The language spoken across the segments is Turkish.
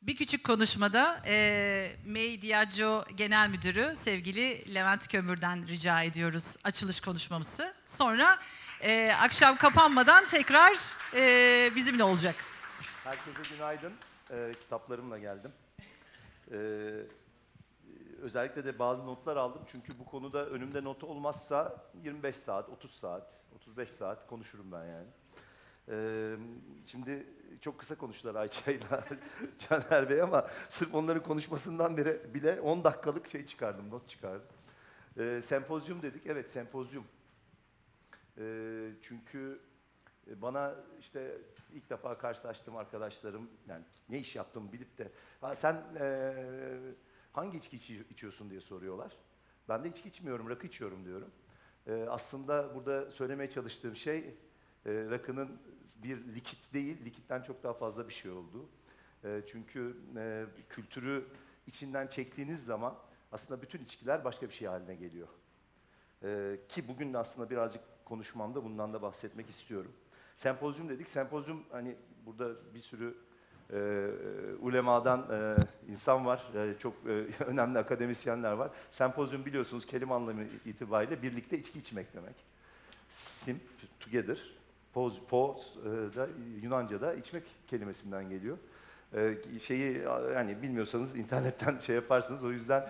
Bir küçük konuşmada May Diageo Genel Müdürü sevgili Levent Kömür'den rica ediyoruz açılış konuşmamızı. Sonra akşam kapanmadan tekrar bizimle olacak. Herkese günaydın. Kitaplarımla geldim. Özellikle de bazı notlar aldım çünkü bu konuda önümde not olmazsa 25 saat, 30 saat, 35 saat konuşurum ben yani. Şimdi çok kısa konuştular Ayça'yla Caner Bey ama sırf onların konuşmasından bile 10 dakikalık şey çıkardım, not çıkardım. Sempozyum dedik, evet sempozyum. Çünkü bana işte ilk defa karşılaştığım arkadaşlarım, yani ne iş yaptığımı bilip de sen hangi içki içiyorsun diye soruyorlar. Ben de içki içmiyorum, rakı içiyorum diyorum. Aslında burada söylemeye çalıştığım şey rakının bir likit değil, likitten çok daha fazla bir şey olduğu. Çünkü kültürü içinden çektiğiniz zaman aslında bütün içkiler başka bir şey haline geliyor. Ki bugün de aslında birazcık konuşmamda bundan da bahsetmek istiyorum. Sempozyum dedik. Sempozyum hani burada bir sürü ulemadan insan var. Çok önemli akademisyenler var. Sempozyum biliyorsunuz kelime anlamı itibariyle birlikte içki içmek demek. Sim, together. Pause da Yunanca'da içmek kelimesinden geliyor. Yani bilmiyorsanız internetten şey yaparsınız. O yüzden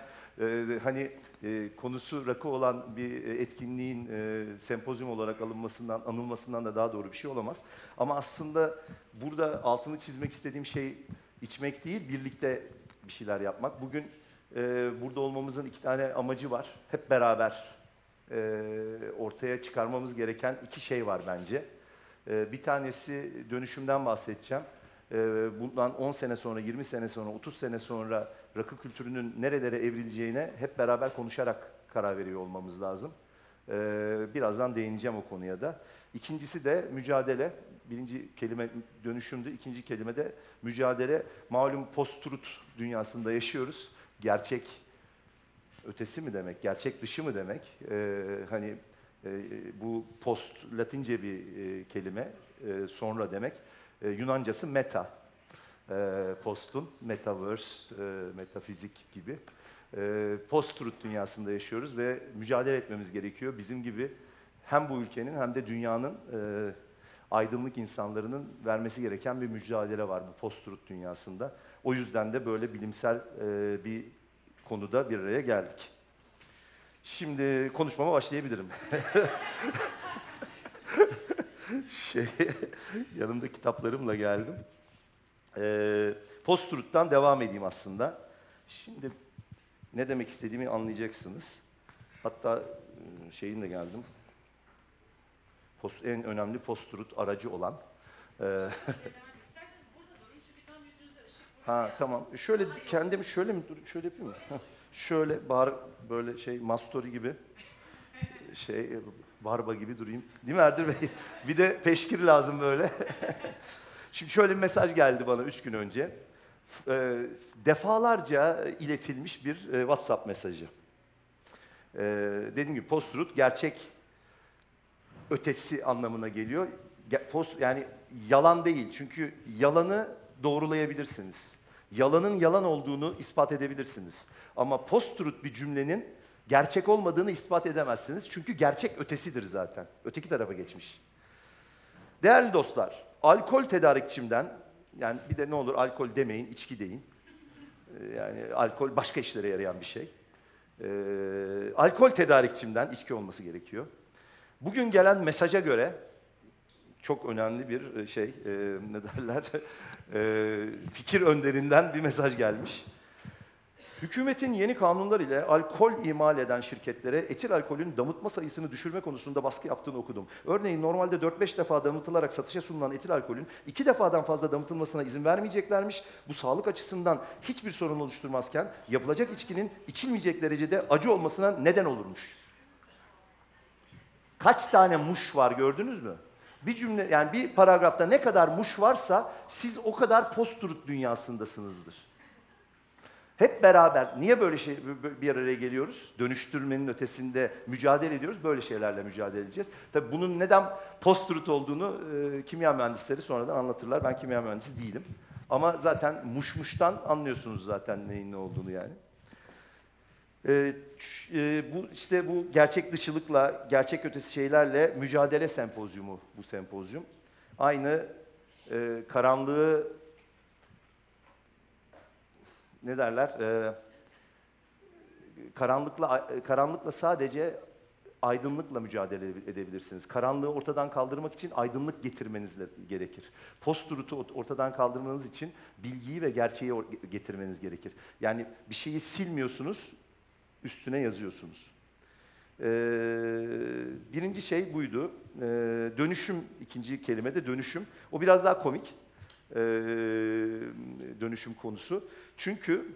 konusu rakı olan bir etkinliğin sempozyum olarak anılmasından da daha doğru bir şey olamaz. Ama aslında burada altını çizmek istediğim şey içmek değil, birlikte bir şeyler yapmak. Bugün burada olmamızın iki tane amacı var. Hep beraber ortaya çıkarmamız gereken iki şey var bence. Bir tanesi dönüşümden bahsedeceğim. Bundan 10 sene sonra, 20 sene sonra, 30 sene sonra rakı kültürünün nerelere evrileceğine hep beraber konuşarak karar veriyor olmamız lazım. Birazdan değineceğim o konuya da. İkincisi de mücadele. Birinci kelime dönüşümdü, ikinci kelime de mücadele. Malum post-truth dünyasında yaşıyoruz. Gerçek ötesi mi demek, gerçek dışı mı demek? Bu post Latince bir kelime, sonra demek. Yunancası meta, postun, metaverse, metafizik gibi. Post-truth dünyasında yaşıyoruz ve mücadele etmemiz gerekiyor. Bizim gibi hem bu ülkenin hem de dünyanın aydınlık insanların vermesi gereken bir mücadele var bu post-truth dünyasında. O yüzden de böyle bilimsel bir konuda bir araya geldik. Şimdi konuşmama başlayabilirim. Yanımda kitaplarımla geldim. Post-truth'tan devam edeyim aslında. Şimdi ne demek istediğimi anlayacaksınız. Hatta şeyimle geldim. En önemli post-truth aracı olan. Tamam. Şöyle kendimi şöyle mi şöyle yapayım mı? Şöyle böyle Mastori gibi Barba gibi durayım. Değil mi Erdir Bey? Bir de peşkir lazım böyle. Şimdi şöyle bir mesaj geldi bana 3 gün önce. Defalarca iletilmiş bir WhatsApp mesajı. Dediğim gibi post-truth gerçek ötesi anlamına geliyor. Yani yalan değil. Çünkü yalanı doğrulayabilirsiniz. Yalanın yalan olduğunu ispat edebilirsiniz. Ama post-truth bir cümlenin gerçek olmadığını ispat edemezsiniz. Çünkü gerçek ötesidir zaten. Öteki tarafa geçmiş. Değerli dostlar, alkol tedarikçimden, yani bir de ne olur alkol demeyin, içki deyin. Yani alkol başka işlere yarayan bir şey. Alkol tedarikçimden, içki olması gerekiyor. Bugün gelen mesaja göre çok önemli bir fikir önderinden bir mesaj gelmiş. Hükümetin yeni kanunlar ile alkol imal eden şirketlere etil alkolün damıtma sayısını düşürme konusunda baskı yaptığını okudum. Örneğin normalde 4-5 defa damıtılarak satışa sunulan etil alkolün 2 defadan fazla damıtılmasına izin vermeyeceklermiş. Bu sağlık açısından hiçbir sorun oluşturmazken yapılacak içkinin içilmeyecek derecede acı olmasına neden olurmuş. Kaç tane muş var gördünüz mü? Bir cümle, yani bir paragrafta ne kadar muş varsa siz o kadar post-truth dünyasındasınızdır. Hep beraber niye böyle bir araya geliyoruz? Dönüştürmenin ötesinde mücadele ediyoruz. Böyle şeylerle mücadele edeceğiz. Tabii bunun neden post-truth olduğunu kimya mühendisleri sonradan anlatırlar. Ben kimya mühendisi değilim. Ama zaten muşmuştan anlıyorsunuz zaten neyin ne olduğunu yani. Bu işte bu gerçek dışılıkla, gerçek ötesi şeylerle mücadele sempozyumu bu sempozyum. Aynı karanlığı ne derler? Karanlıkla sadece aydınlıkla mücadele edebilirsiniz. Karanlığı ortadan kaldırmak için aydınlık getirmeniz gerekir. Post-truth'u ortadan kaldırmanız için bilgiyi ve gerçeği getirmeniz gerekir. Yani bir şeyi silmiyorsunuz, üstüne yazıyorsunuz. Birinci şey buydu. Dönüşüm, ikinci kelime de dönüşüm. O biraz daha komik. Dönüşüm konusu. Çünkü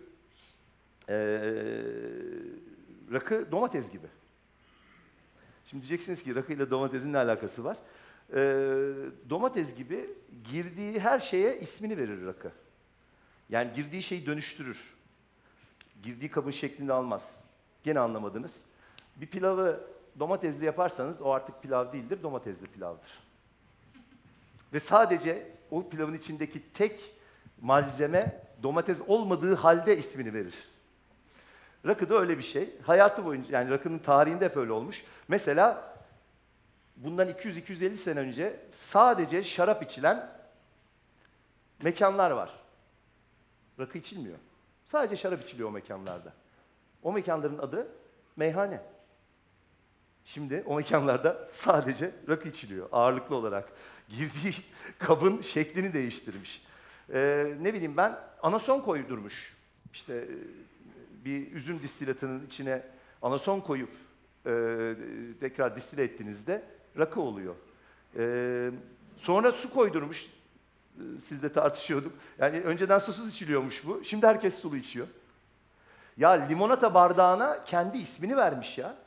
rakı domates gibi. Şimdi diyeceksiniz ki rakı ile domatesin ne alakası var? Domates gibi girdiği her şeye ismini verir rakı. Yani girdiği şeyi dönüştürür. Girdiği kabın şeklini almaz. Gene anlamadınız. Bir pilavı domatesli yaparsanız o artık pilav değildir, domatesli pilavdır. Ve sadece o pilavın içindeki tek malzeme domates olmadığı halde ismini verir. Rakı da öyle bir şey. Hayatı boyunca, yani rakının tarihinde hep öyle olmuş. Mesela bundan 200-250 sene önce sadece şarap içilen mekanlar var. Rakı içilmiyor. Sadece şarap içiliyor o mekanlarda. O mekanların adı meyhane. Şimdi o mekanlarda sadece rakı içiliyor ağırlıklı olarak. Girdiği kabın şeklini değiştirmiş. Ne bileyim ben, anason koydurmuş. İşte bir üzüm distilatının içine anason koyup tekrar distile ettiğinizde rakı oluyor. Sonra su koydurmuş. Sizle tartışıyorduk. Yani önceden susuz içiliyormuş bu. Şimdi herkes sulu içiyor. Ya limonata bardağına kendi ismini vermiş ya.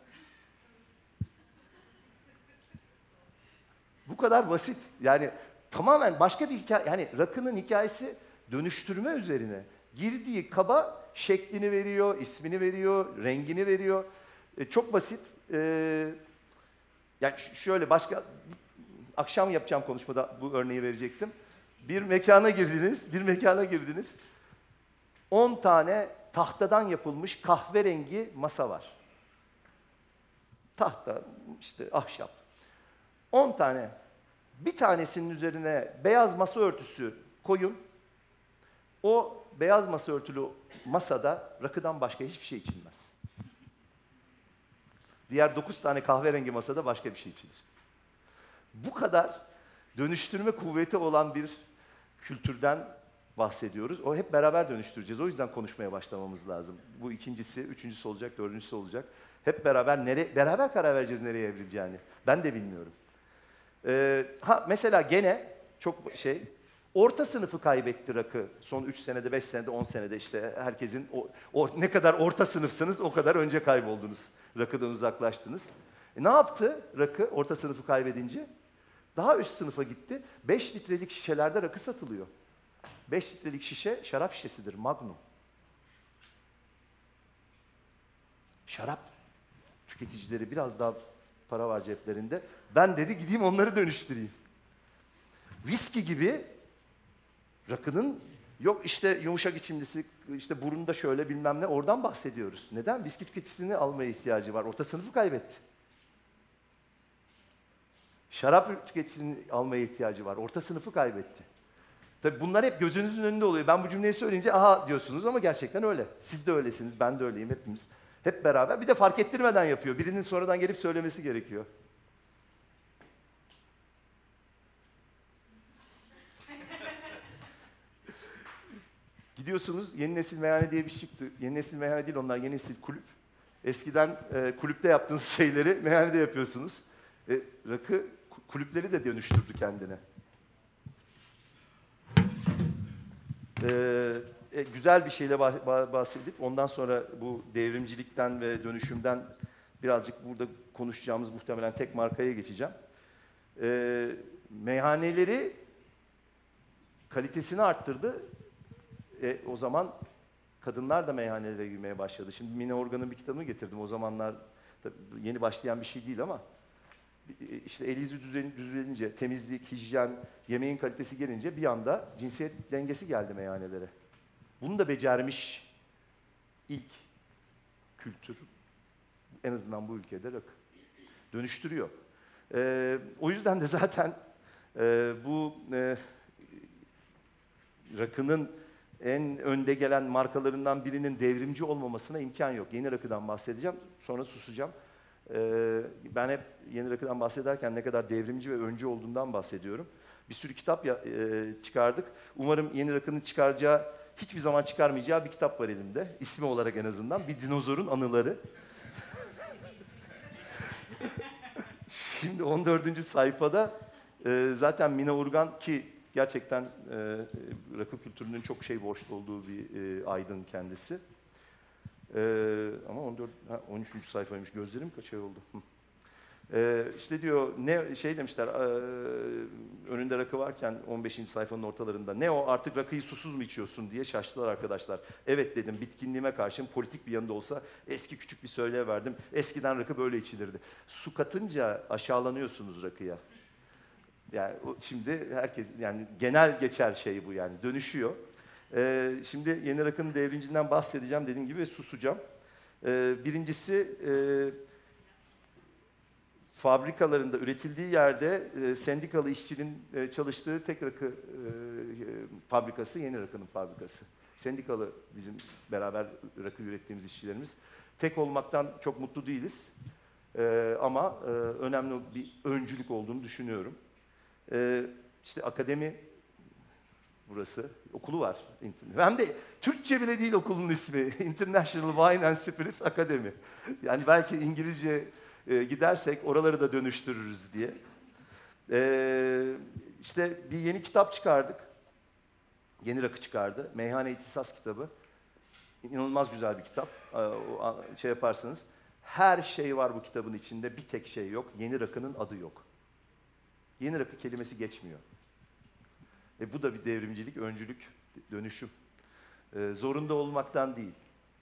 Bu kadar basit. Yani tamamen başka bir hikaye. Yani rakının hikayesi dönüştürme üzerine. Girdiği kaba şeklini veriyor, ismini veriyor, rengini veriyor. Çok basit. Yani şöyle başka... Akşam yapacağım konuşmada bu örneği verecektim. Bir mekana girdiniz. 10 tane tahtadan yapılmış kahverengi masa var. Tahta, işte ahşap. 10 tane. Bir tanesinin üzerine beyaz masa örtüsü koyun. O beyaz masa örtülü masada rakıdan başka hiçbir şey içilmez. Diğer 9 tane kahverengi masada başka bir şey içilir. Bu kadar dönüştürme kuvveti olan bir kültürden bahsediyoruz. O hep beraber dönüştüreceğiz. O yüzden konuşmaya başlamamız lazım. Bu ikincisi, üçüncüsü olacak, dördüncüsü olacak. Hep beraber beraber karar vereceğiz nereye evrileceğini. Ben de bilmiyorum. Mesela gene çok orta sınıfı kaybetti rakı. Son 3 senede, 5 senede, 10 senede işte herkesin ne kadar orta sınıfsınız o kadar önce kayboldunuz. Rakıdan uzaklaştınız. Ne yaptı rakı orta sınıfı kaybedince? Daha üst sınıfa gitti. 5 litrelik şişelerde rakı satılıyor. 5 litrelik şişe şarap şişesidir, Magnum. Şarap tüketicileri biraz daha para var ceplerinde. Ben dedi gideyim onları dönüştüreyim. Viski gibi rakının yok işte yumuşak içimlisi, işte burunda şöyle bilmem ne, oradan bahsediyoruz. Neden? Viski tüketicisini almaya ihtiyacı var. Orta sınıfı kaybetti. Şarap tüketicisini almaya ihtiyacı var. Orta sınıfı kaybetti. Tabii bunlar hep gözünüzün önünde oluyor. Ben bu cümleyi söyleyince aha diyorsunuz ama gerçekten öyle. Siz de öylesiniz, ben de öyleyim, hepimiz. Hep beraber. Bir de fark ettirmeden yapıyor. Birinin sonradan gelip söylemesi gerekiyor. Gidiyorsunuz, yeni nesil meyhane diye bir şey çıktı. Yeni nesil meyhane değil onlar, yeni nesil kulüp. Eskiden kulüpte yaptığınız şeyleri meyhanede yapıyorsunuz. Rakı kulüpleri de dönüştürdü kendine. Güzel bir şeyle bahsedip ondan sonra bu devrimcilikten ve dönüşümden birazcık burada konuşacağımız muhtemelen tek markaya geçeceğim. Meyhaneleri kalitesini arttırdı. O zaman kadınlar da meyhanelere girmeye başladı. Şimdi Mine Organ'ın bir kitabını getirdim. O zamanlar yeni başlayan bir şey değil ama işte el yüzü düzelince, temizlik, hijyen, yemeğin kalitesi gelince bir anda cinsiyet dengesi geldi meyhanelere. Bunu da becermiş ilk kültür, en azından bu ülkede rakı. Dönüştürüyor. O yüzden de zaten bu rakının en önde gelen markalarından birinin devrimci olmamasına imkan yok. Yeni rakıdan bahsedeceğim, sonra susacağım. Ben hep yeni rakıdan bahsederken ne kadar devrimci ve öncü olduğundan bahsediyorum. Bir sürü kitap çıkardık. Umarım yeni rakının çıkaracağı, hiçbir zaman çıkarmayacağı bir kitap var elimde. İsmi olarak en azından. Bir dinozorun anıları. Şimdi 14. sayfada zaten Mina Urgan ki gerçekten rakı kültürünün çok borçlu olduğu bir aydın kendisi. Ama 13. sayfaymış. Gözlerim kaç ay oldu. İşte diyor ne şey demişler önünde rakı varken 15. sayfanın ortalarında ne o artık rakıyı susuz mu içiyorsun diye şaştılar arkadaşlar. Evet dedim, bitkinliğime karşın politik bir yanında olsa eski küçük bir söylev verdim. Eskiden rakı böyle içilirdi. Su katınca aşağılanıyorsunuz rakıya. Yani şimdi herkes, yani genel geçer şey bu, yani dönüşüyor. Şimdi yeni rakının devrimcinden bahsedeceğim dediğim gibi ve susacağım. Birincisi fabrikalarında üretildiği yerde sendikalı işçinin çalıştığı tek rakı fabrikası Yeni Rakı'nın fabrikası. Sendikalı bizim beraber rakı ürettiğimiz işçilerimiz. Tek olmaktan çok mutlu değiliz. Ama önemli bir öncülük olduğunu düşünüyorum. İşte akademi burası. Okulu var. Hem de Türkçe bile değil okulun ismi. International Wine and Spirits Academy. Yani belki İngilizce gidersek oraları da dönüştürürüz diye. İşte bir yeni kitap çıkardık. Yeni rakı çıkardı. Meyhane İhtisas kitabı. İnanılmaz güzel bir kitap. Şey yaparsanız. Her şey var bu kitabın içinde. Bir tek şey yok. Yeni rakının adı yok. Yeni rakı kelimesi geçmiyor. Bu da bir devrimcilik, öncülük, dönüşüm. Zorunda olmaktan değil.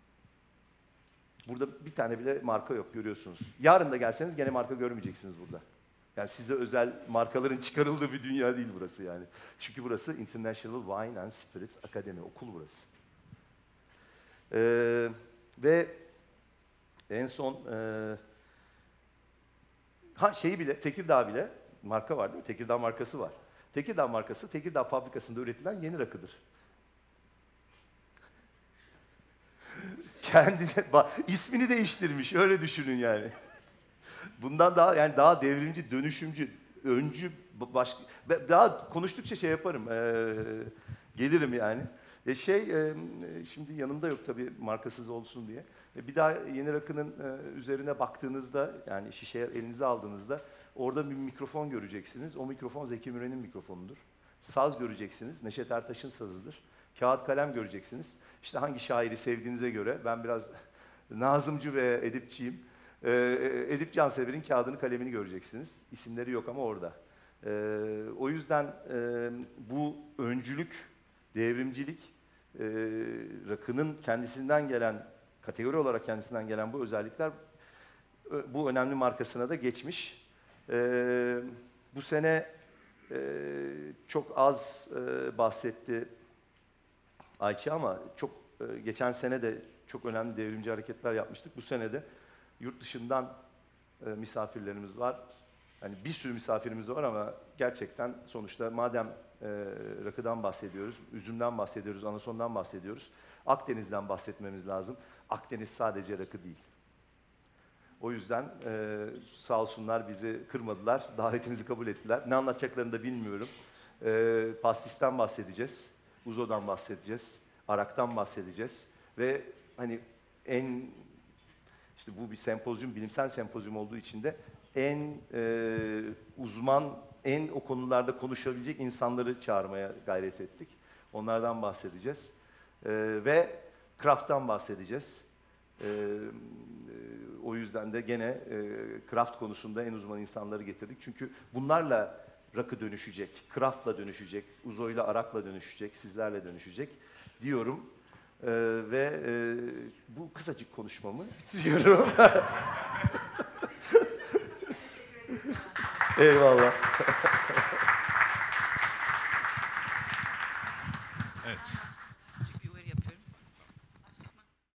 Burada bir tane bile marka yok, görüyorsunuz. Yarın da gelseniz gene marka görmeyeceksiniz burada. Yani size özel markaların çıkarıldığı bir dünya değil burası yani. Çünkü burası International Wine and Spirits Academy, okul burası. Ve en son şeyi bile, Tekirdağ bile marka var değil mi? Tekirdağ markası var. Tekirdağ markası, Tekirdağ fabrikasında üretilen yeni rakıdır. Kendine, ismini değiştirmiş, öyle düşünün yani. Bundan daha, yani daha devrimci, dönüşümcü, öncü, daha konuştukça şey yaparım, gelirim yani. Şimdi yanımda yok tabii markasız olsun diye. Bir daha yeni rakının üzerine baktığınızda, yani şişeye elinize aldığınızda orada bir mikrofon göreceksiniz. O mikrofon Zeki Müren'in mikrofonudur. Saz göreceksiniz, Neşet Ertaş'ın sazıdır. Kağıt kalem göreceksiniz. İşte hangi şairi sevdiğinize göre, ben biraz nazımcı ve edipçiyim. Edip Cansever'in kağıdını, kalemini göreceksiniz. İsimleri yok ama orada. O yüzden bu öncülük, devrimcilik, rakının kendisinden gelen, kategori olarak kendisinden gelen bu özellikler bu önemli markasına da geçmiş. Bu sene çok az bahsetti Ayça ama geçen sene de çok önemli devrimci hareketler yapmıştık. Bu sene de yurt dışından misafirlerimiz var. Yani bir sürü misafirimiz var ama gerçekten sonuçta madem rakıdan bahsediyoruz, üzümden bahsediyoruz, anasondan bahsediyoruz, Akdeniz'den bahsetmemiz lazım. Akdeniz sadece rakı değil. O yüzden sağ olsunlar bizi kırmadılar, davetimizi kabul ettiler. Ne anlatacaklarını da bilmiyorum. Pastis'ten bahsedeceğiz, Uzo'dan bahsedeceğiz, Arak'tan bahsedeceğiz ve hani işte bu bir sempozyum, bilimsel sempozyum olduğu için de en uzman, o konularda konuşabilecek insanları çağırmaya gayret ettik. Onlardan bahsedeceğiz. Ve craft'tan bahsedeceğiz. O yüzden de gene craft konusunda en uzman insanları getirdik. Çünkü bunlarla rakı dönüşecek, craft'la dönüşecek, Uzo'yla, Arak'la dönüşecek, sizlerle dönüşecek diyorum. Ve bu kısacık konuşmamı bitiriyorum. Eyvallah.